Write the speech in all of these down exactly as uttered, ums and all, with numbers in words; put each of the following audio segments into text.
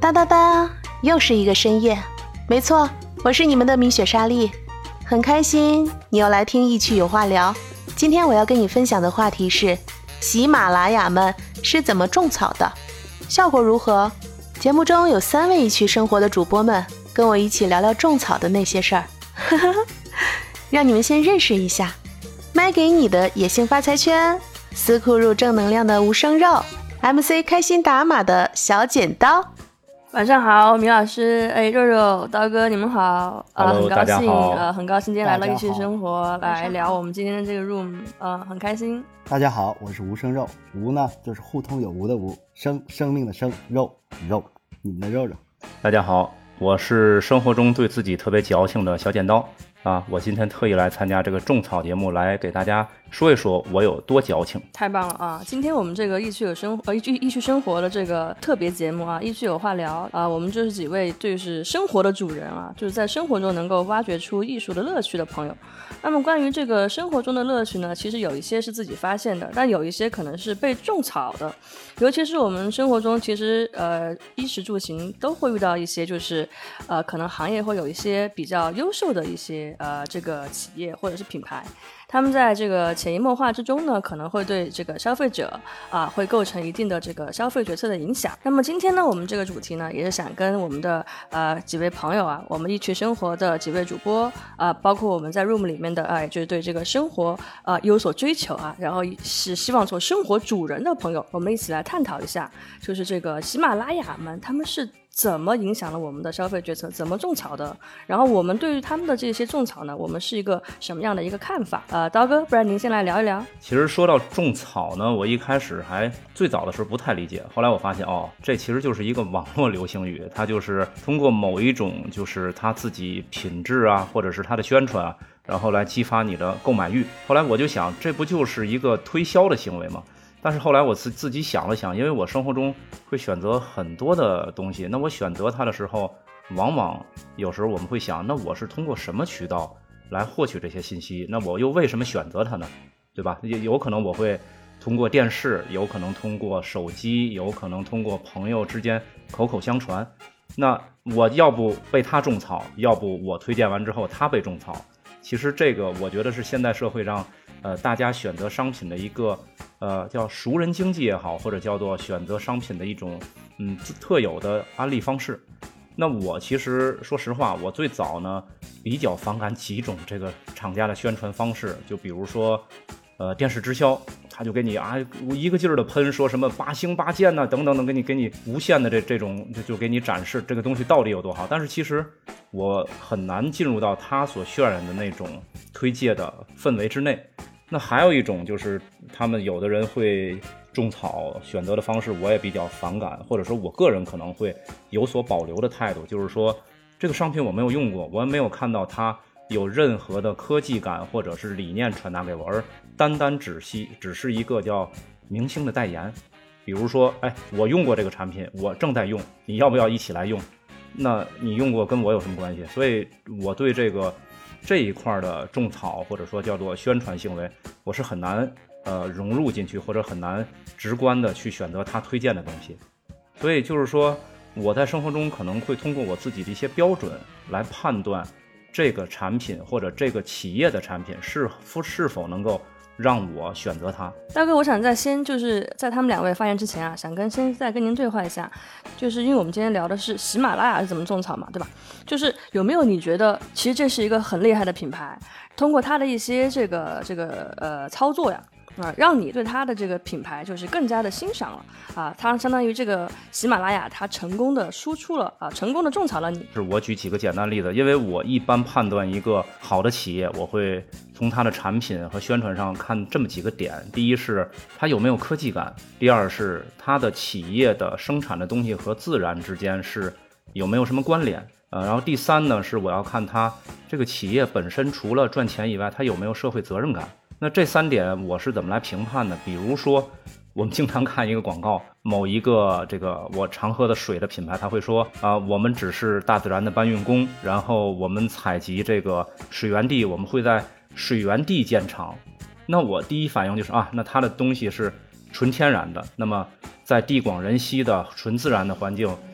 哒哒哒，又是一个深夜。没错，我是你们的米雪莎莉，很开心你又来听一趣有话聊。今天我要跟你分享的话题是喜马拉雅们是怎么种草的，效果如何？节目中有三位一趣生活的主播们跟我一起聊聊种草的那些事儿，让你们先认识一下。卖给你的野性发财圈，思库入正能量的无生肉， M C 开心打码的小剪刀。 晚上好，米老师，哎，肉肉，刀哥，你们好，呃，很高兴，呃，很高兴今天来到一趣生活来聊我们今天的这个 room， 呃，很开心。 大家好，我是无生肉，无呢就是互通有无的无，生生命的生，肉肉，你们的肉肉。 大家好，我是生活中对自己特别矫情的小剪刀啊，我今天特意来参加这个种草节目，来给大家说一说我有多矫情。 太棒了啊！今天我们这个艺趣有生呃艺趣艺趣生活的这个特别节目啊，艺趣有话聊啊，我们就是几位就是生活的主人啊，就是在生活中能够挖掘出艺术的乐趣的朋友。那么关于这个生活中的乐趣呢，其实有一些是自己发现的，但有一些可能是被种草的。尤其是我们生活中，其实呃衣食住行都会遇到一些，就是呃可能行业会有一些比较优秀的一些呃这个企业或者是品牌。他们在这个潜移默化之中呢，可能会对这个消费者啊，会构成一定的这个消费决策的影响。那么今天呢，我们这个主题呢，也是想跟我们的呃几位朋友啊，我们一趣生活的几位主播啊，包括我们在 room 里面的哎，就是对这个生活啊有所追求啊，然后是希望做生活主人的朋友，我们一起来探讨一下，就是这个喜马拉雅们他们是怎么影响了我们的消费决策，怎么种草的，然后我们对于他们的这些种草呢，我们是一个什么样的一个看法？呃，刀哥，不然您先来聊一聊。 其实说到种草呢，我一开始还最早的时候不太理解，后来我发现哦，这其实就是一个网络流行语，它就是通过某一种就是它自己品质啊，或者是它的宣传啊，然后来激发你的购买欲。后来我就想，这不就是一个推销的行为吗？但是后来我自自己想了想，因为我生活中会选择很多的东西，那我选择它的时候，往往有时候我们会想，那我是通过什么渠道来获取这些信息？那我又为什么选择它呢？对吧？有可能我会通过电视，有可能通过手机，有可能通过朋友之间口口相传。那我要不被他种草，要不我推荐完之后他被种草。其实这个我觉得是现代社会让呃大家选择商品的一个呃叫熟人经济也好，或者叫做选择商品的一种嗯特有的安利方式。那我其实说实话，我最早呢比较反感几种这个厂家的宣传方式，就比如说呃电视直销，他就给你啊一个劲儿的喷，说什么八星八箭呐、啊、等等等，给你给你无限的这这种就就给你展示这个东西到底有多好。但是其实我很难进入到他所渲染的那种推介的氛围之内。那还有一种就是他们有的人会种草选择的方式，我也比较反感，或者说我个人可能会有所保留的态度，就是说这个商品我没有用过，我没有看到它有任何的科技感或者是理念传达给我，而单单只是只是一个叫明星的代言。比如说哎，我用过这个产品，我正在用，你要不要一起来用？那你用过跟我有什么关系？所以我对这个这一块的种草或者说叫做宣传行为，我是很难呃融入进去，或者很难直观的去选择他推荐的东西。所以就是说我在生活中可能会通过我自己的一些标准来判断这个产品或者这个企业的产品是否是否能够让我选择它。 大哥，我想在先就是在他们两位发言之前啊，想跟先再跟您对话一下，就是因为我们今天聊的是喜马拉雅是怎么种草嘛，对吧？就是有没有你觉得其实这是一个很厉害的品牌，通过它的一些这个这个呃操作呀，啊，让你对它的这个品牌就是更加的欣赏了啊，它相当于这个喜马拉雅它成功的输出了啊，成功的种草了你。 是我举几个简单例子，因为我一般判断一个好的企业，我会从它的产品和宣传上看这么几个点：第一是它有没有科技感；第二是它的企业的生产的东西和自然之间是有没有什么关联。呃，然后第三呢是我要看它这个企业本身除了赚钱以外，它有没有社会责任感。那这三点我是怎么来评判呢？比如说我们经常看一个广告，某一个这个我常喝的水的品牌，他会说啊、呃，我们只是大自然的搬运工，然后我们采集这个水源地，我们会在水源地建厂。那我第一反应就是啊，那它的东西是纯天然的，那么在地广人稀的纯自然的环境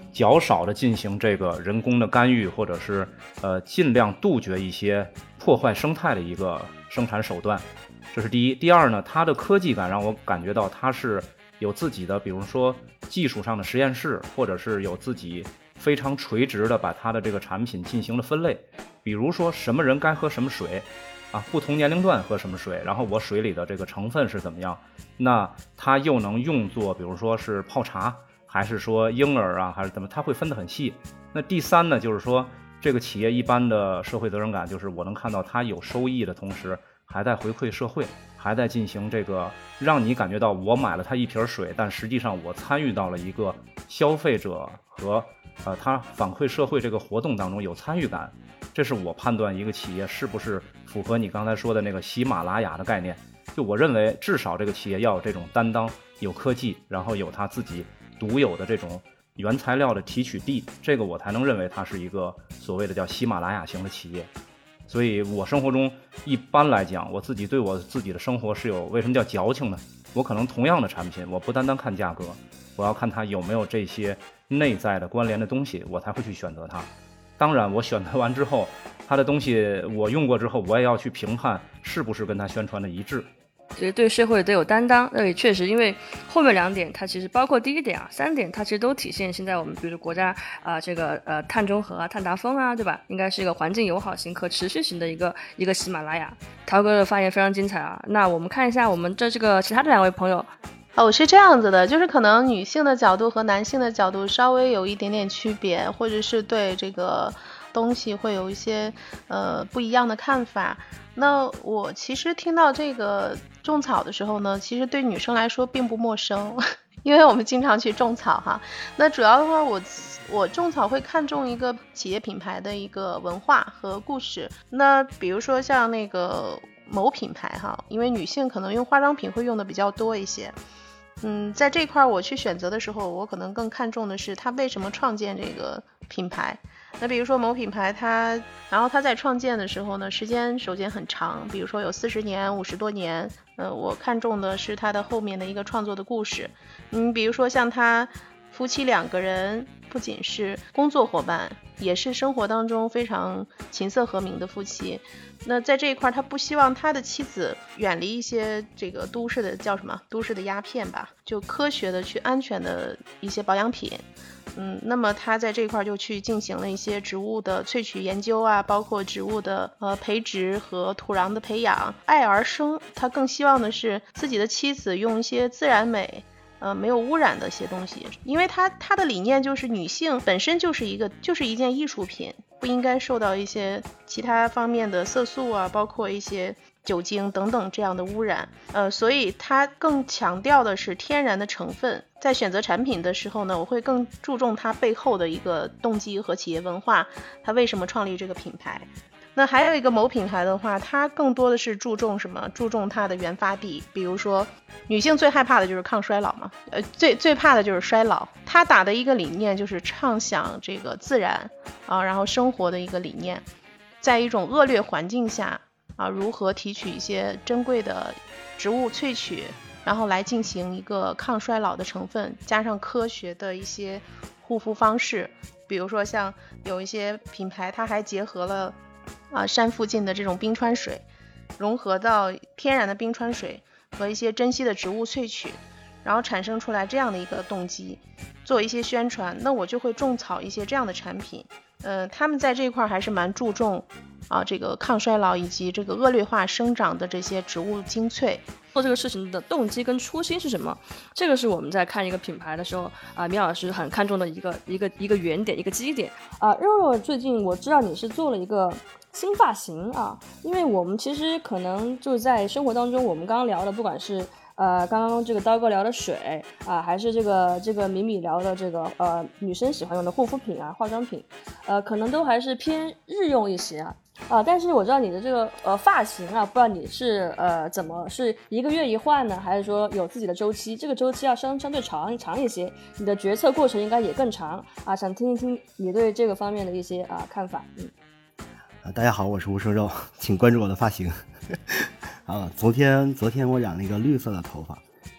较少的进行这个人工的干预，或者是呃尽量杜绝一些破坏生态的一个生产手段。这是第一。第二呢，它的科技感让我感觉到它是有自己的，比如说技术上的实验室，或者是有自己非常垂直的把它的这个产品进行了分类。比如说什么人该喝什么水啊，不同年龄段喝什么水，然后我水里的这个成分是怎么样，那它又能用作比如说是泡茶，还是说婴儿啊，还是怎么，它会分得很细。那第三呢，就是说这个企业一般的社会责任感，就是我能看到它有收益的同时还在回馈社会，还在进行这个让你感觉到我买了它一瓶水，但实际上我参与到了一个消费者和呃它反馈社会这个活动当中有参与感。这是我判断一个企业是不是符合你刚才说的那个喜马拉雅的概念。就我认为至少这个企业要有这种担当，有科技，然后有它自己独有的这种原材料的提取地，这个我才能认为它是一个所谓的叫喜马拉雅型的企业。所以我生活中一般来讲，我自己对我自己的生活是有，为什么叫矫情呢？我可能同样的产品，我不单单看价格，我要看它有没有这些内在的关联的东西，我才会去选择它。当然我选择完之后，它的东西我用过之后，我也要去评判是不是跟它宣传的一致。 其实对社会都有担当，那也确实，因为后面两点它其实包括第一点啊、三点，它其实都体现现在我们比如说国家啊、呃、这个呃碳中和啊、碳达峰啊，对吧？应该是一个环境友好型、可持续型的一个一个喜马拉雅。陶哥的发言非常精彩啊，那我们看一下我们这这个其他的两位朋友。 哦，是这样子的，就是可能女性的角度和男性的角度稍微有一点点区别，或者是对这个东西会有一些呃不一样的看法。那我其实听到这个种草的时候呢，其实对女生来说并不陌生，因为我们经常去种草哈。那主要的话，我我种草会看重一个企业品牌的一个文化和故事。那比如说像那个某品牌哈，因为女性可能用化妆品会用的比较多一些。嗯，在这块我去选择的时候，我可能更看重的是它为什么创建这个品牌。那比如说某品牌它，然后它在创建的时候呢，时间首先很长，比如说有四十年、五十多年。呃，我看重的是它的后面的一个创作的故事。嗯，比如说像他夫妻两个人，不仅是工作伙伴，也是生活当中非常琴瑟和鸣的夫妻。那在这一块，他不希望他的妻子远离一些这个都市的叫什么都市的鸦片吧，就科学的去安全的一些保养品。嗯，那么他在这一块就去进行了一些植物的萃取研究啊，包括植物的呃培植和土壤的培养，爱而生。他更希望的是自己的妻子用一些自然美。呃，没有污染的一些东西，因为他他的理念就是女性本身就是一个就是一件艺术品，不应该受到一些其他方面的色素啊，包括一些酒精等等这样的污染。呃，所以他更强调的是天然的成分。在选择产品的时候呢，我会更注重它背后的一个动机和企业文化，它为什么创立这个品牌。那还有一个某品牌的话，它更多的是注重什么？注重它的原发地。比如说，女性最害怕的就是抗衰老嘛，呃，最最怕的就是衰老。它打的一个理念就是畅想这个自然啊，然后生活的一个理念，在一种恶劣环境下啊，如何提取一些珍贵的植物萃取，然后来进行一个抗衰老的成分，加上科学的一些护肤方式。比如说像有一些品牌，它还结合了。啊，山附近的这种冰川水，融合到天然的冰川水和一些珍稀的植物萃取，然后产生出来这样的一个动机，做一些宣传。那我就会种草一些这样的产品。呃，他们在这一块还是蛮注重啊这个抗衰老以及这个恶劣化生长的这些植物精粹。 做这个事情的动机跟初心是什么？这个是我们在看一个品牌的时候啊，米老师很看重的一个一个一个原点，一个基点啊。肉肉最近我知道你是做了一个新发型啊，因为我们其实可能就在生活当中，我们刚刚聊的，不管是呃刚刚这个刀哥聊的水啊，还是这个这个米米聊的这个呃女生喜欢用的护肤品啊、化妆品，呃，可能都还是偏日用一些啊。啊，但是我知道你的这个呃发型啊，不知道你是呃怎么是一个月一换呢，还是说有自己的周期？这个周期要相相对长长一些，你的决策过程应该也更长啊。想听一听你对这个方面的一些啊看法。嗯， 啊，大家好，我是无声肉，请关注我的发型。啊，昨天昨天我染了一个绿色的头发，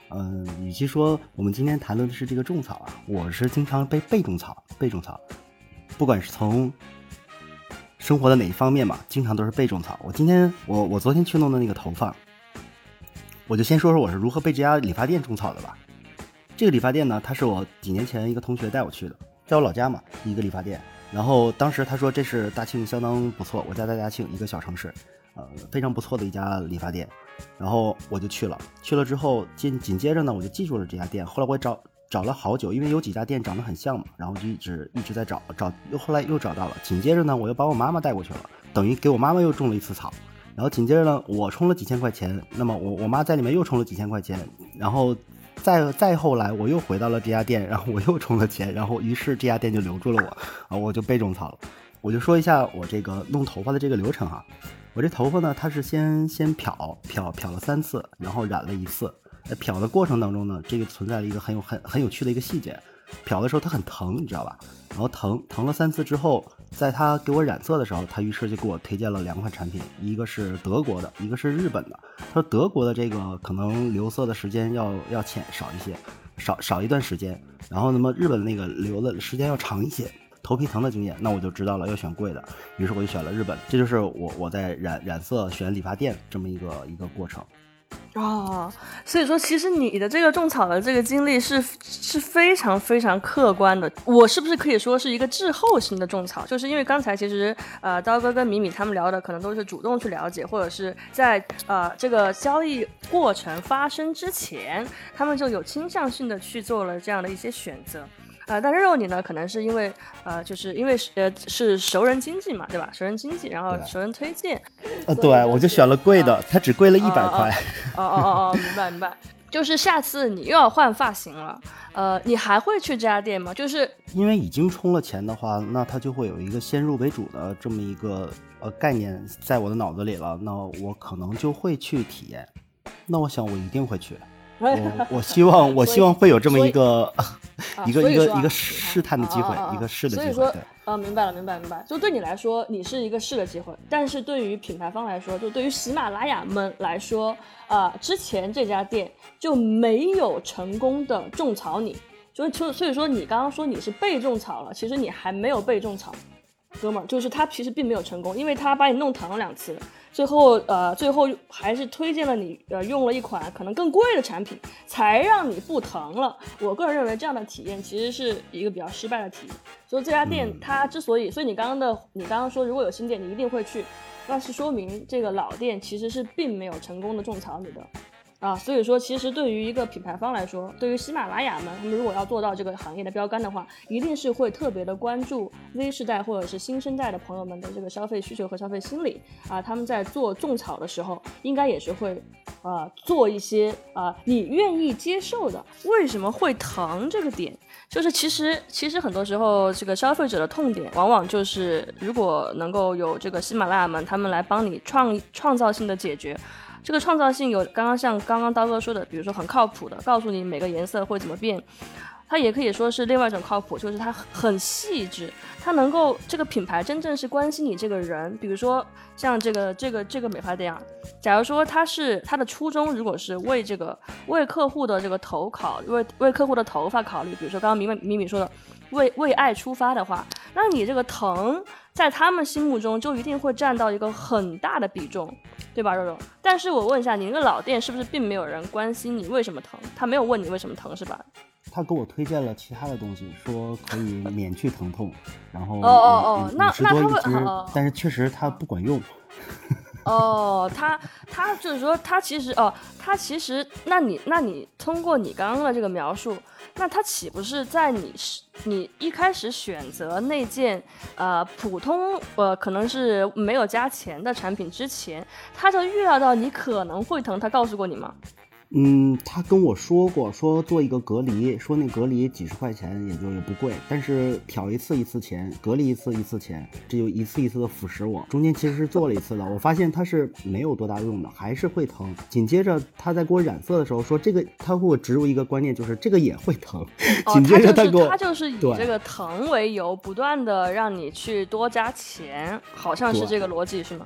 嗯、呃，与其说我们今天谈论的是这个种草啊，我是经常被被种草，被种草，不管是从生活的哪一方面嘛，经常都是被种草。我今天我我昨天去弄的那个头发，我就先说说我是如何被这家理发店种草的吧。这个理发店呢，它是我几年前一个同学带我去的，在我老家嘛，一个理发店。然后当时他说这是大庆相当不错，我家在大庆一个小城市，呃，非常不错的一家理发店。然后我就去了，去了之后紧紧接着呢，我就记住了这家店。后来我找找了好久，因为有几家店长得很像嘛，然后就一直一直在找找，又后来又找到了。紧接着呢，我又把我妈妈带过去了，等于给我妈妈又种了一次草。然后紧接着呢，我充了几千块钱，那么我我妈在里面又充了几千块钱，然后再再后来我又回到了这家店，然后我又充了钱，然后于是这家店就留住了我，啊，我就被种草了。我就说一下我这个弄头发的这个流程哈。我这头发呢，它是先先漂漂漂了三次，然后染了一次。在漂的过程当中呢，这个存在了一个很有很很有趣的一个细节。漂的时候它很疼，你知道吧？然后疼疼了三次之后，在他给我染色的时候，他于是就给我推荐了两款产品，一个是德国的，一个是日本的。他说德国的这个可能留色的时间要要浅少一些，少少一段时间。然后那么日本那个留的时间要长一些。头皮疼的经验，那我就知道了要选贵的，于是我就选了日本。这就是我我在染染色选理发店这么一个一个过程。 哦，所以说其实你的这个种草的这个经历是是非常非常客观的。我是不是可以说是一个滞后型的种草？就是因为刚才其实呃刀哥跟米米他们聊的可能都是主动去了解，或者是在呃这个交易过程发生之前，他们就有倾向性的去做了这样的一些选择。呃，但是肉你呢，可能是因为呃，就是因为呃是熟人经济嘛，对吧？熟人经济，然后熟人推荐， 呃，对，我就选了贵的，它、呃、只贵了一百块。 哦哦哦哦，明白明白。就是下次你又要换发型了，呃，你还会去这家店吗？就是因为已经充了钱的话，那它就会有一个先入为主的这么一个呃概念在我的脑子里了，那我可能就会去体验。那我想我一定会去。我我希望我希望会有这么一个一个一个一个试探的机会，一个试的机会。 所以说，呃，明白了，明白明白。就对你来说，你是一个试的机会，但是对于品牌方来说，就对于喜马拉雅们来说，呃，之前这家店就没有成功的种草你，所以所以说你刚刚说你是被种草了，其实你还没有被种草。哥们儿，就是他其实并没有成功，因为他把你弄疼了两次，最后呃最后还是推荐了你呃用了一款可能更贵的产品，才让你不疼了。我个人认为这样的体验其实是一个比较失败的体验。所以这家店它之所以，所以你刚刚的你刚刚说如果有新店你一定会去，那是说明这个老店其实是并没有成功的种草你的。啊，所以说其实对于一个品牌方来说，对于喜马拉雅们，他们如果要做到这个行业的标杆的话，一定是会特别的关注 Z 世代或者是新生代的朋友们的这个消费需求和消费心理啊。他们在做种草的时候，应该也是会呃做一些呃你愿意接受的。为什么会疼这个点，就是其实其实很多时候这个消费者的痛点，往往就是如果能够有这个喜马拉雅们他们来帮你创创造性的解决。这个创造性有刚刚像刚刚刀哥说的，比如说很靠谱的告诉你每个颜色会怎么变，它也可以说是另外一种靠谱，就是它很细致，它能够这个品牌真正是关心你这个人。比如说像这个这个这个美发店啊，假如说它是它的初衷如果是为这个为客户的这个头考为为客户的头发考虑，比如说刚刚米米米说的为为爱出发的话，那你这个疼在他们心目中就一定会占到一个很大的比重，对吧，肉肉？但是我问一下，你那个老店是不是并没有人关心你为什么疼？他没有问你为什么疼，是吧？ 他给我推荐了其他的东西，说可以免去疼痛，然后哦哦哦，那那他会， 但是确实他不管用。 哦，他他就是说他其实哦，他其实，那你那你通过你刚刚的这个描述，那他岂不是在你你一开始选择那件呃普通呃可能是没有加钱的产品之前，他就预料到你可能会疼，他告诉过你吗？ 嗯，他跟我说过，说做一个隔离，说那隔离几十块钱也就也不贵，但是漂一次一次钱，隔离一次一次钱，这就一次一次的腐蚀我。中间其实是做了一次的，我发现它是没有多大用的，还是会疼。紧接着他在给我染色的时候说，这个他给我植入一个观念，就是这个也会疼。 哦、 紧接着他给我， 他就是以这个疼为由，不断的让你去多加钱，好像是这个逻辑是吗？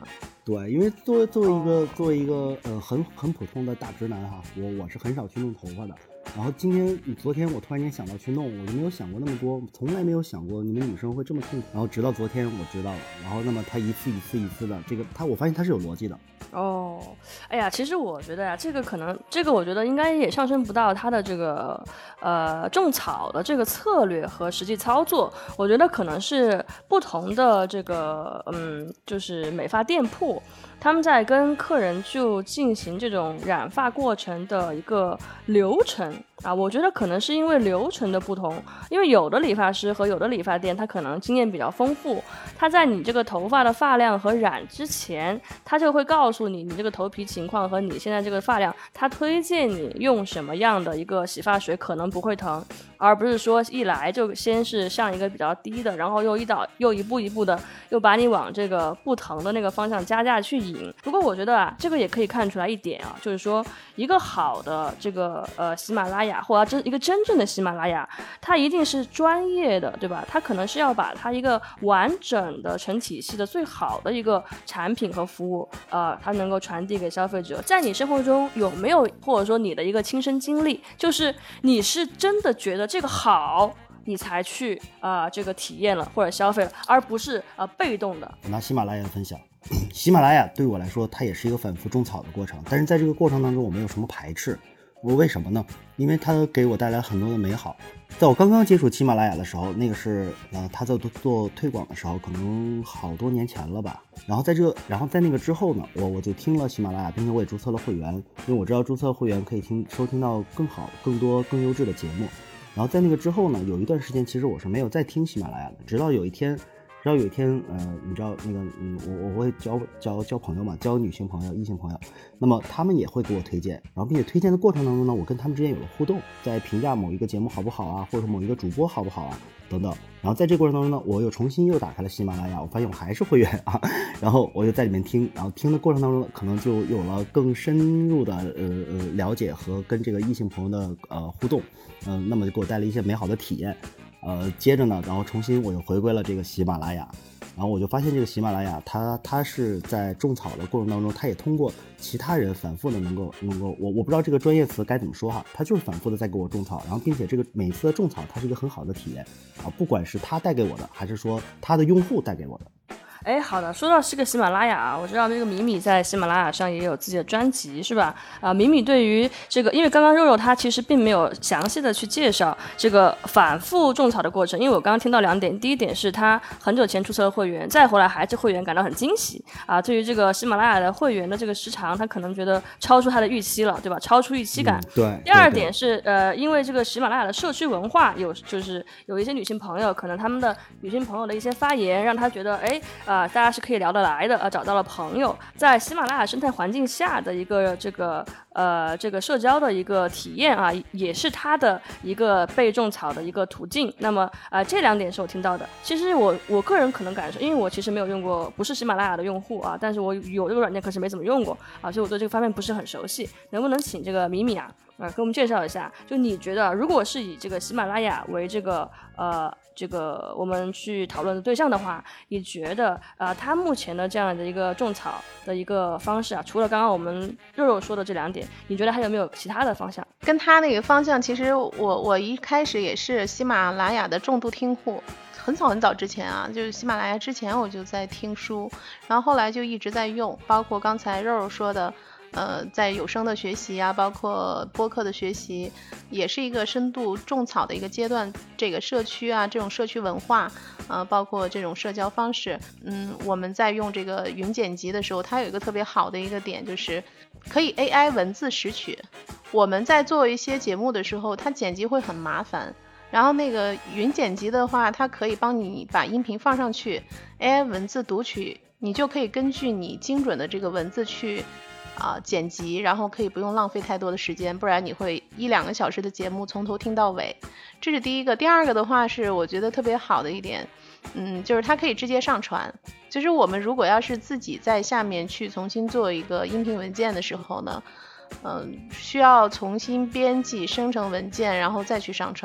对，因为作为作为一个作为一个呃很很普通的大直男哈，我我是很少去弄头发的。然后今天昨天我突然间想到去弄，我就没有想过那么多，从来没有想过你们女生会这么痛苦。然后直到昨天我知道了，然后那么他一次一次一次的这个他，我发现他是有逻辑的。 哦，哎呀，其实我觉得呀，这个可能，这个我觉得应该也上升不到他的这个呃种草的这个策略和实际操作，我觉得可能是不同的这个嗯，就是美发店铺，他们在跟客人就进行这种染发过程的一个流程啊，我觉得可能是因为流程的不同，因为有的理发师和有的理发店，他可能经验比较丰富，他在你这个头发的发量和染之前，他就会告诉你你这个头皮情况和你现在这个发量，他推荐你用什么样的一个洗发水可能不会疼，而不是说一来就先是上一个比较低的，然后又一导又一步一步的又把你往这个不疼的那个方向加价去引。不过我觉得啊，这个也可以看出来一点啊，就是说一个好的这个呃喜马拉雅或者真一个真正的喜马拉雅，它一定是专业的，对吧？它可能是要把它一个完整的成体系的最好的一个产品和服务，呃，它能够传递给消费者。在你生活中有没有或者说你的一个亲身经历，就是你是真的觉得这个好，你才去啊、呃、这个体验了或者消费了，而不是呃被动的。 拿喜马拉雅分享，喜马拉雅对我来说，它也是一个反复种草的过程，但是在这个过程当中，我没有什么排斥。我为什么呢？因为它给我带来很多的美好。在我刚刚接触喜马拉雅的时候，那个是呃，他在做推广的时候，可能好多年前了吧。然后在这，然后在那个之后呢，我我就听了喜马拉雅，并且我也注册了会员，因为我知道注册会员可以听收听到更好、更多、更优质的节目。然后在那个之后呢，有一段时间其实我是没有再听喜马拉雅的，直到有一天。直到有一天，呃，你知道那个，嗯，我我会交交交朋友嘛，交女性朋友、异性朋友，那么他们也会给我推荐，然后并且推荐的过程当中呢，我跟他们之间有了互动，在评价某一个节目好不好啊，或者某一个主播好不好啊，等等。然后在这个过程当中呢，我又重新又打开了喜马拉雅，我发现我还是会员啊，然后我就在里面听，然后听的过程当中可能就有了更深入的呃呃了解和跟这个异性朋友的呃互动，嗯、呃，那么就给我带来一些美好的体验。呃，接着呢，然后重新我又回归了这个喜马拉雅，然后我就发现这个喜马拉雅，它它是在种草的过程当中，它也通过其他人反复的能够能够，我我不知道这个专业词该怎么说哈，它就是反复的在给我种草，然后并且这个每次的种草，它是一个很好的体验啊，不管是它带给我的，还是说它的用户带给我的。 哎，好的，说到这个喜马拉雅啊，我知道这个米米在喜马拉雅上也有自己的专辑，是吧？啊，米米对于这个，因为刚刚肉肉他其实并没有详细的去介绍这个反复种草的过程，因为我刚刚听到两点，第一点是他很久前注册了会员，再回来还是会员，感到很惊喜啊。对于这个喜马拉雅的会员的这个时长，他可能觉得超出他的预期了，对吧？超出预期感。 嗯、对。 第二点是呃，因为这个喜马拉雅的社区文化有，就是有一些女性朋友，可能他们的女性朋友的一些发言，让他觉得，哎啊、呃，大家是可以聊得来的，呃，找到了朋友，在喜马拉雅生态环境下的一个这个呃这个社交的一个体验啊，也是他的一个被种草的一个途径。那么啊、呃，这两点是我听到的。其实我我个人可能感受，因为我其实没有用过，不是喜马拉雅的用户啊，但是我有这个软件，可是没怎么用过啊，所以我对这个方面不是很熟悉。能不能请这个米米啊？啊，给我们介绍一下，就你觉得，如果是以这个喜马拉雅为这个呃这个我们去讨论的对象的话，你觉得啊、呃，它目前的这样的一个种草的一个方式啊，除了刚刚我们肉肉说的这两点，你觉得还有没有其他的方向？ 跟他那个方向，其实我我一开始也是喜马拉雅的重度听户。很早很早之前啊，就是喜马拉雅之前我就在听书，然后后来就一直在用，包括刚才肉肉说的呃，在有声的学习啊，包括播客的学习，也是一个深度种草的一个阶段。这个社区啊，这种社区文化，呃，包括这种社交方式，嗯，我们在用这个云剪辑的时候，它有一个特别好的一个点，就是可以 A I 文字识取。我们在做一些节目的时候，它剪辑会很麻烦。然后那个云剪辑的话，它可以帮你把音频放上去 ，A I 文字读取，你就可以根据你精准的这个文字去啊、呃、剪辑，然后可以不用浪费太多的时间，不然你会一两个小时的节目从头听到尾。这是第一个。第二个的话是我觉得特别好的一点，嗯，就是它可以直接上传。就是我们如果要是自己在下面去重新做一个音频文件的时候呢，嗯，需要重新编辑生成文件，然后再去上传。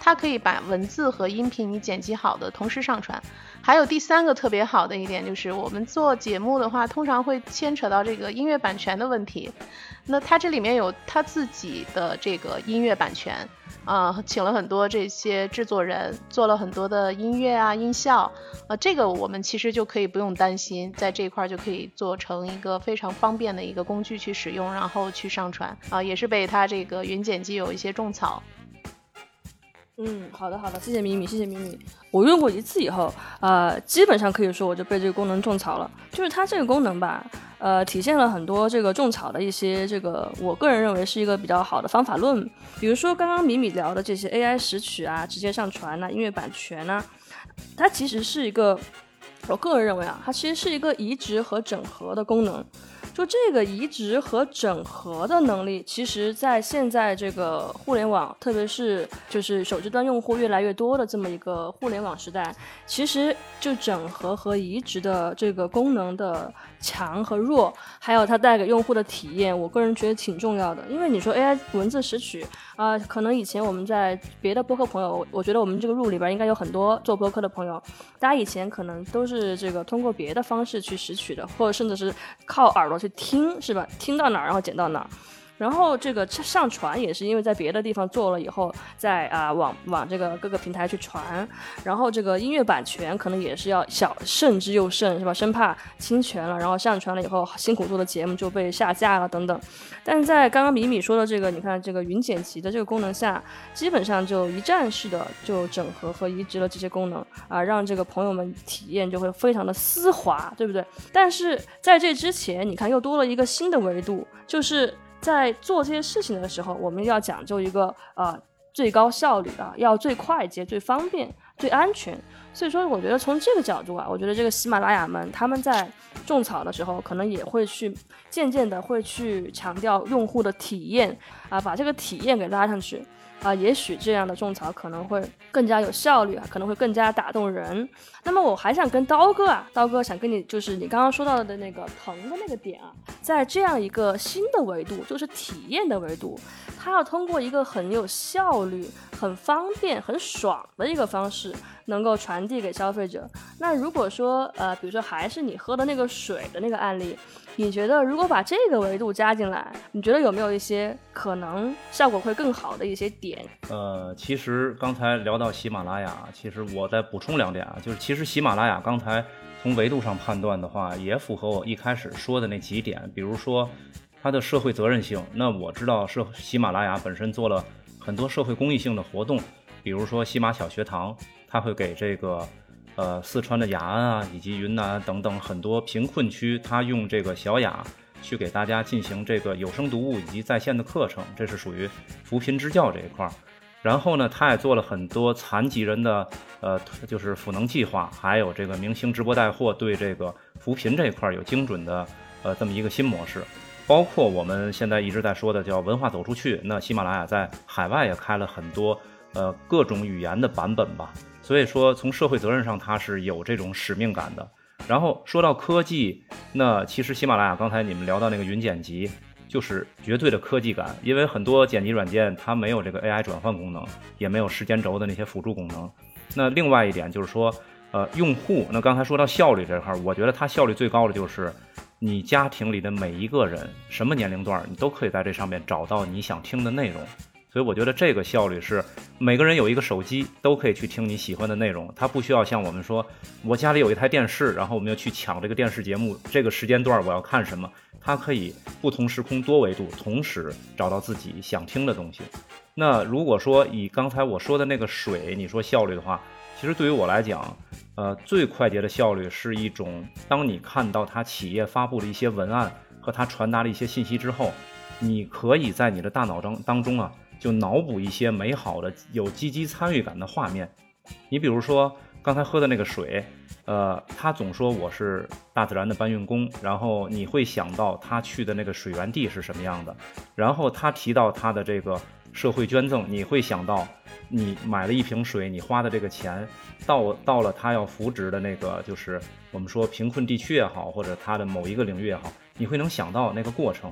它可以把文字和音频你剪辑好的同时上传。还有第三个特别好的一点就是，我们做节目的话，通常会牵扯到这个音乐版权的问题。那它这里面有它自己的这个音乐版权，啊、呃，请了很多这些制作人，做了很多的音乐啊、音效，呃，这个我们其实就可以不用担心，在这一块就可以做成一个非常方便的一个工具去使用，然后去上传啊、呃，也是被它这个云剪辑有一些种草。 嗯，好的好的，谢谢米米，谢谢米米。我用过一次以后，呃，基本上可以说我就被这个功能种草了。就是它这个功能吧，呃，体现了很多这个种草的一些这个，我个人认为是一个比较好的方法论。比如说刚刚米米聊的这些 A I 识曲啊，直接上传啊，音乐版权啊，它其实是一个，我个人认为啊，它其实是一个移植和整合的功能。就这个移植和整合的能力，其实在现在这个互联网，特别是就是手机端用户越来越多的这么一个互联网时代，其实就整合和移植的这个功能的强和弱，还有它带给用户的体验，我个人觉得挺重要的。因为你说 A I 文字识曲啊、呃，可能以前我们在别的播客朋友，我觉得我们这个入里边应该有很多做播客的朋友，大家以前可能都是这个通过别的方式去识曲的，或者甚至是靠耳朵去听，是吧？听到哪儿然后剪到哪儿。然后这个上传也是因为在别的地方做了以后，再啊、呃、往往这个各个平台去传。然后这个音乐版权可能也是要小慎之又慎，是吧？生怕侵权了，然后上传了以后辛苦做的节目就被下架了等等。但是在刚刚米米说的这个，你看这个云剪辑的这个功能下，基本上就一站式的就整合和移植了这些功能啊，让这个朋友们体验就会非常的丝滑，对不对？但是在这之前，你看又多了一个新的维度，就是在做这些事情的时候，我们要讲究一个呃最高效率啊，要最快捷、最方便、最安全。所以说，我觉得从这个角度啊，我觉得这个喜马拉雅们他们在种草的时候，可能也会去渐渐的会去强调用户的体验啊，把这个体验给拉上去。啊，也许这样的种草可能会更加有效率啊，可能会更加打动人。那么我还想跟刀哥啊，刀哥想跟你，就是你刚刚说到的那个疼的那个点啊，在这样一个新的维度，就是体验的维度，它要通过一个很有效率、很方便、很爽的一个方式，能够传递给消费者。那如果说呃，比如说还是你喝的那个水的那个案例，你觉得如果把这个维度加进来，你觉得有没有一些可能效果会更好的一些点？ 呃，其实刚才聊到喜马拉雅，其实我再补充两点啊，就是其实喜马拉雅刚才从维度上判断的话，也符合我一开始说的那几点，比如说它的社会责任性。那我知道是喜马拉雅本身做了很多社会公益性的活动，比如说喜马小学堂，它会给这个呃四川的雅安啊，以及云南等等很多贫困区，它用这个小雅去给大家进行这个有声读物以及在线的课程，这是属于扶贫支教这一块。然后呢，他也做了很多残疾人的呃，就是赋能计划，还有这个明星直播带货，对这个扶贫这一块有精准的呃这么一个新模式。包括我们现在一直在说的叫文化走出去，那喜马拉雅在海外也开了很多呃各种语言的版本吧。所以说从社会责任上它是有这种使命感的。然后说到科技，那其实喜马拉雅刚才你们聊到那个云剪辑，就是绝对的科技感，因为很多剪辑软件它没有这个 A I 转换功能，也没有时间轴的那些辅助功能。那另外一点就是说呃，用户，那刚才说到效率这块，我觉得它效率最高的就是你家庭里的每一个人，什么年龄段你都可以在这上面找到你想听的内容。所以我觉得这个效率是每个人有一个手机都可以去听你喜欢的内容，它不需要像我们说我家里有一台电视，然后我们要去抢这个电视节目，这个时间段我要看什么，它可以不同时空多维度同时找到自己想听的东西。那如果说以刚才我说的那个水你说效率的话，其实对于我来讲呃，最快捷的效率是一种当你看到它企业发布的一些文案和它传达的一些信息之后，你可以在你的大脑当当中啊就脑补一些美好的有积极参与感的画面。你比如说刚才喝的那个水，呃，他总说我是大自然的搬运工，然后你会想到他去的那个水源地是什么样的，然后他提到他的这个社会捐赠，你会想到你买了一瓶水，你花的这个钱到到了他要扶植的那个就是我们说贫困地区也好，或者他的某一个领域也好，你会能想到那个过程。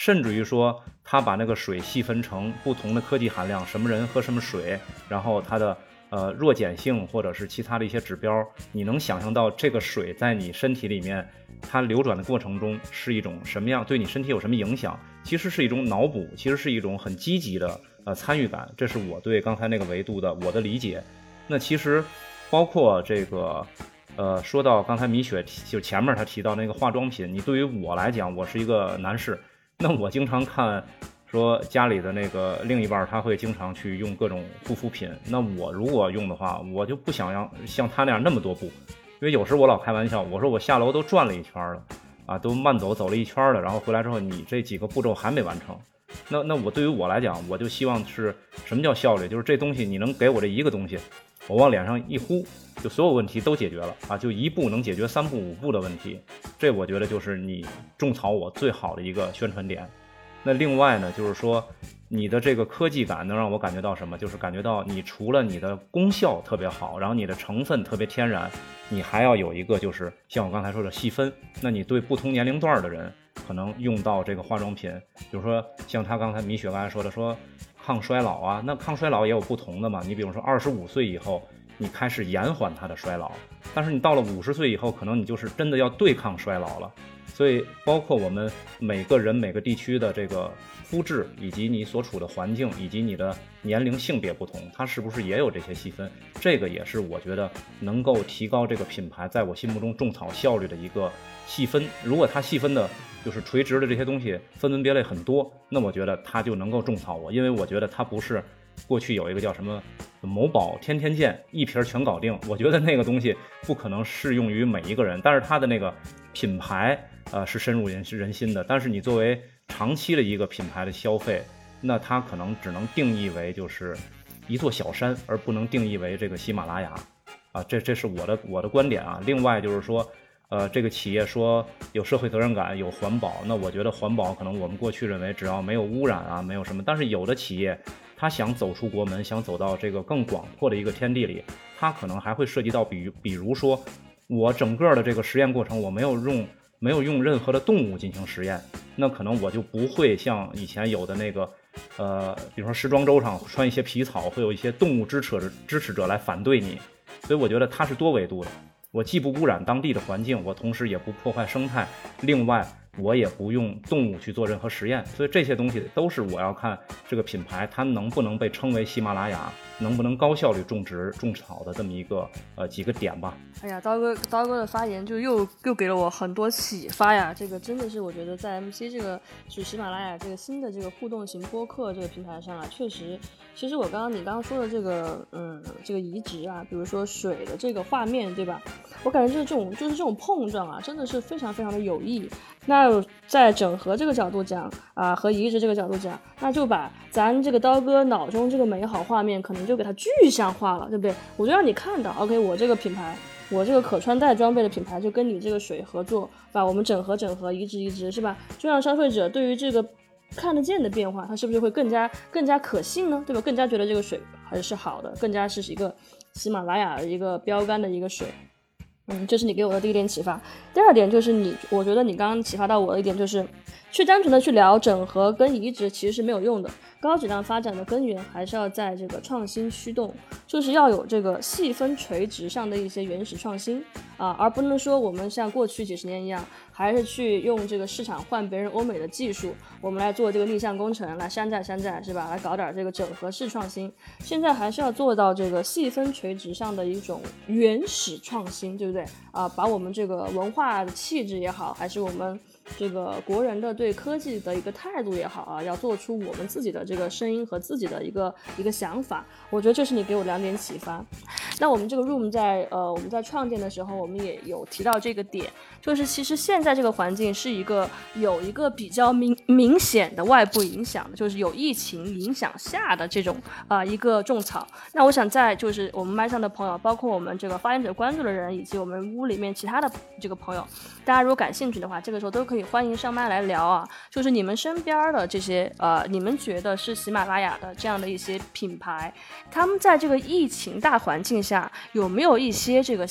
甚至于说它把那个水细分成不同的科技含量，什么人喝什么水，然后它的呃弱碱性或者是其他的一些指标，你能想象到这个水在你身体里面它流转的过程中是一种什么样，对你身体有什么影响，其实是一种脑补，其实是一种很积极的呃参与感，这是我对刚才那个维度的我的理解。那其实包括这个呃，说到刚才米雪就前面他提到那个化妆品，你对于我来讲，我是一个男士，那我经常看说家里的那个另一半他会经常去用各种护肤品，那我如果用的话，我就不想让像他那样那么多步，因为有时我老开玩笑，我说我下楼都转了一圈了啊，都慢走走了一圈了，然后回来之后你这几个步骤还没完成，那那我对于我来讲，我就希望是什么叫效率，就是这东西你能给我这一个东西，我往脸上一呼，就所有问题都解决了啊！就一步能解决三步五步的问题，这我觉得就是你种草我最好的一个宣传点。那另外呢，就是说你的这个科技感能让我感觉到什么？就是感觉到你除了你的功效特别好，然后你的成分特别天然，你还要有一个就是像我刚才说的细分。那你对不同年龄段的人可能用到这个化妆品，比如说像他刚才米雪刚才说的说抗衰老啊，那抗衰老也有不同的嘛。你比如说二十五岁以后，你开始延缓它的衰老，但是你到了五十岁以后，可能你就是真的要对抗衰老了。所以包括我们每个人每个地区的这个肤质，以及你所处的环境，以及你的年龄性别不同，它是不是也有这些细分？这个也是我觉得能够提高这个品牌在我心目中种草效率的一个细分。如果它细分的就是垂直的这些东西分门别类很多，那我觉得它就能够种草我，因为我觉得它不是过去有一个叫什么某宝天天见一瓶全搞定，我觉得那个东西不可能适用于每一个人，但是它的那个品牌呃是深入人人心的，但是你作为长期的一个品牌的消费，那它可能只能定义为就是一座小山，而不能定义为这个喜马拉雅啊，这这是我的我的观点啊。另外就是说呃，这个企业说有社会责任感，有环保，那我觉得环保可能我们过去认为只要没有污染啊，没有什么，但是有的企业他想走出国门，想走到这个更广阔的一个天地里，他可能还会涉及到比比如说我整个的这个实验过程我没有用没有用任何的动物进行实验，那可能我就不会像以前有的那个呃，比如说时装周上穿一些皮草，会有一些动物支持者支持者来反对你，所以我觉得它是多维度的。我既不污染当地的环境，我同时也不破坏生态，另外我也不用动物去做任何实验，所以这些东西都是我要看这个品牌它能不能被称为喜马拉雅，能不能高效率种植种草的这么一个呃几个点吧。 哎呀，刀哥刀哥的发言就又又给了我很多启发呀！这个真的是我觉得在 M C 这个是喜马拉雅这个新的这个互动型播客这个平台上啊，确实，其实我刚刚你刚刚说的这个嗯这个移植啊，比如说水的这个画面，对吧？我感觉就是这种就是这种碰撞啊，真的是非常非常的有益。那在整合这个角度讲啊，和移植这个角度讲，那就把咱这个刀哥脑中这个美好画面，可能就给它具象化了，对不对？我就让你看到 ，OK， 我这个品牌。我这个可穿戴装备的品牌就跟你这个水合作，把我们整合整合，移植移植，是吧？就让消费者对于这个看得见的变化，它是不是会更加更加可信呢？对吧？更加觉得这个水还是好的，更加是一个喜马拉雅的一个标杆的一个水。嗯，这是你给我的第一点启发。第二点就是你，我觉得你刚刚启发到我的一点就是，去单纯的去聊整合跟移植其实是没有用的。高质量发展的根源还是要在这个创新驱动，就是要有这个细分垂直上的一些原始创新啊，而不能说我们像过去几十年一样，还是去用这个市场换别人欧美的技术，我们来做这个逆向工程，来山寨山寨是吧？来搞点这个整合式创新。现在还是要做到这个细分垂直上的一种原始创新，对不对啊？把我们这个文化的气质也好，还是我们这个国人的对科技的一个态度也好啊，要做出我们自己的这个声音和自己的一个一个想法。我觉得这是你给我两点启发。那我们这个 room 在呃我们在创建的时候，我们也有提到这个点，就是其实现在这个环境是一个有一个比较明明显的外部影响的，就是有疫情影响下的这种啊、呃、一个种草。那我想在就是我们麦上的朋友，包括我们这个发言者关注的人，以及我们屋里面其他的这个朋友，大家如果感兴趣的话，这个时候都可以欢迎上麦来聊啊。就是你们身边的这些呃，你们觉得是喜马拉雅的这样的一些品牌，他们在这个疫情大环境下有没有一些这个新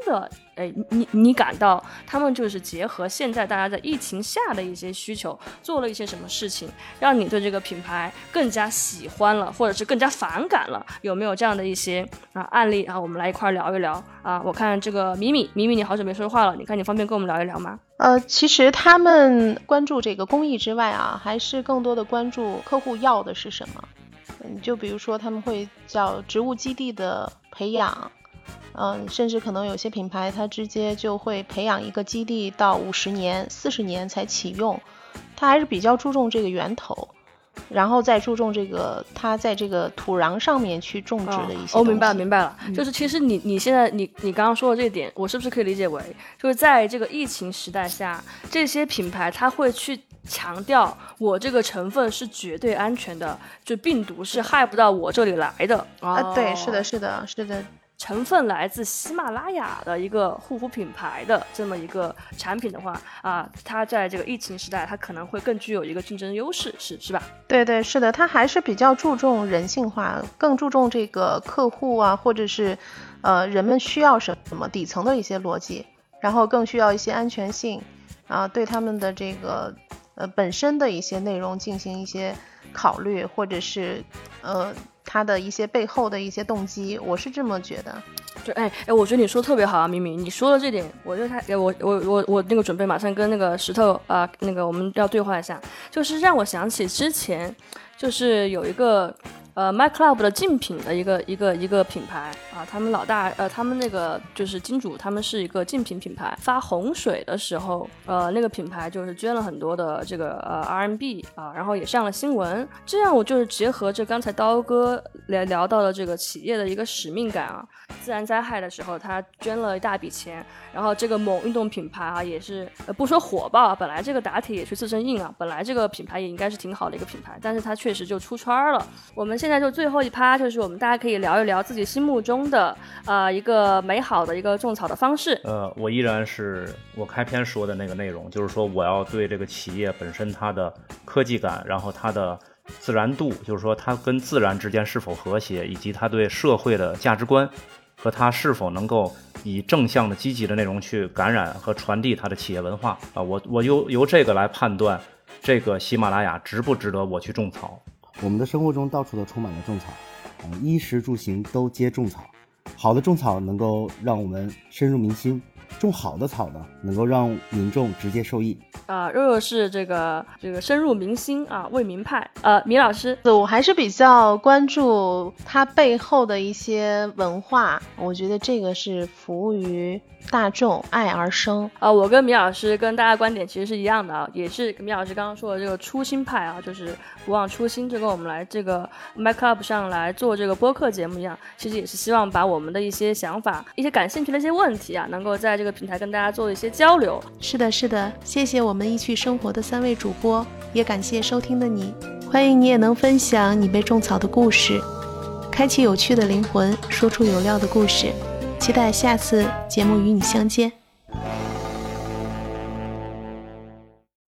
的，哎，你你感到他们就是结合现在大家在疫情下的一些需求，做了一些什么事情，让你对这个品牌更加喜欢了，或者是更加反感了？有没有这样的一些啊案例啊？我们来一块聊一聊啊！我看这个米米，米米你好久没说话了，你看你方便跟我们聊一聊吗？ 呃，其实他们关注这个公益之外啊，还是更多的关注客户要的是什么。嗯，就比如说他们会叫植物基地的培养。嗯，甚至可能有些品牌它直接就会培养一个基地到五十年、四十年才启用，它还是比较注重这个源头，然后再注重这个它在这个土壤上面去种植的一些东西。 哦，哦明白了，明白了， 嗯、 就是其实你你现在你你刚刚说的这一点，我是不是可以理解为，就是在这个疫情时代下，这些品牌它会去强调我这个成分是绝对安全的，就病毒是害不到我这里来的。 啊、 哦， 对，是的，是的，是的。 成分来自喜马拉雅的一个护肤品牌的这么一个产品的话啊，它在这个疫情时代，它可能会更具有一个竞争优势，是是吧？ 对对，是的，它还是比较注重人性化，更注重这个客户啊，或者是呃人们需要什么底层的一些逻辑，然后更需要一些安全性啊，对他们的这个呃本身的一些内容进行一些考虑，或者是呃。他的一些背后的一些动机，我是这么觉得。 对，哎哎，我觉得你说特别好啊，明明你说的这点，我就他我我我我那个准备马上跟那个石头啊、呃，那个我们要对话一下，就是让我想起之前就是有一个呃 My Club 的竞品的一个一个一个品牌啊，他们老大呃他们那个就是金主，他们是一个竞品品牌，发洪水的时候，呃那个品牌就是捐了很多的这个呃 R M B 啊，然后也上了新闻，这样我就是结合着刚才刀哥聊聊到的这个企业的一个使命感啊，自然灾害的时候他捐了一大笔钱，然后这个某运动品牌啊也是呃不说火爆，本来这个打铁也是自身硬啊，本来这个品牌也应该是挺好的一个品牌，但是它确实就出圈了。我们现在就最后一趴，就是我们大家可以聊一聊自己心目中的呃一个美好的一个种草的方式。 呃，我依然是我开篇说的那个内容，就是说我要对这个企业本身它的科技感，然后它的自然度，就是说它跟自然之间是否和谐，以及它对社会的价值观和它是否能够以正向的积极的内容去感染和传递它的企业文化啊，我我由由这个来判断这个喜马拉雅值不值得我去种草。 我们的生活中到处都充满了种草，嗯，衣食住行都皆种草。好的种草能够让我们深入民心，种好的草呢，能够让民众直接受益。 啊，肉肉是这个这个深入民心啊，为民派。呃，米老师， 我还是比较关注它背后的一些文化，我觉得这个是服务于大众，爱而生。 啊，我跟米老师跟大家观点其实是一样的啊，也是米老师刚刚说的这个初心派啊，就是不忘初心，就跟我们来这个 My Club 上来做这个播客节目一样，其实也是希望把我们的一些想法、一些感兴趣的一些问题啊，能够在这个平台跟大家做一些交流。 是的，是的，谢谢我们一趣生活的三位主播，也感谢收听的你。欢迎你也能分享你被种草的故事，开启有趣的灵魂，说出有料的故事。期待下次节目与你相见。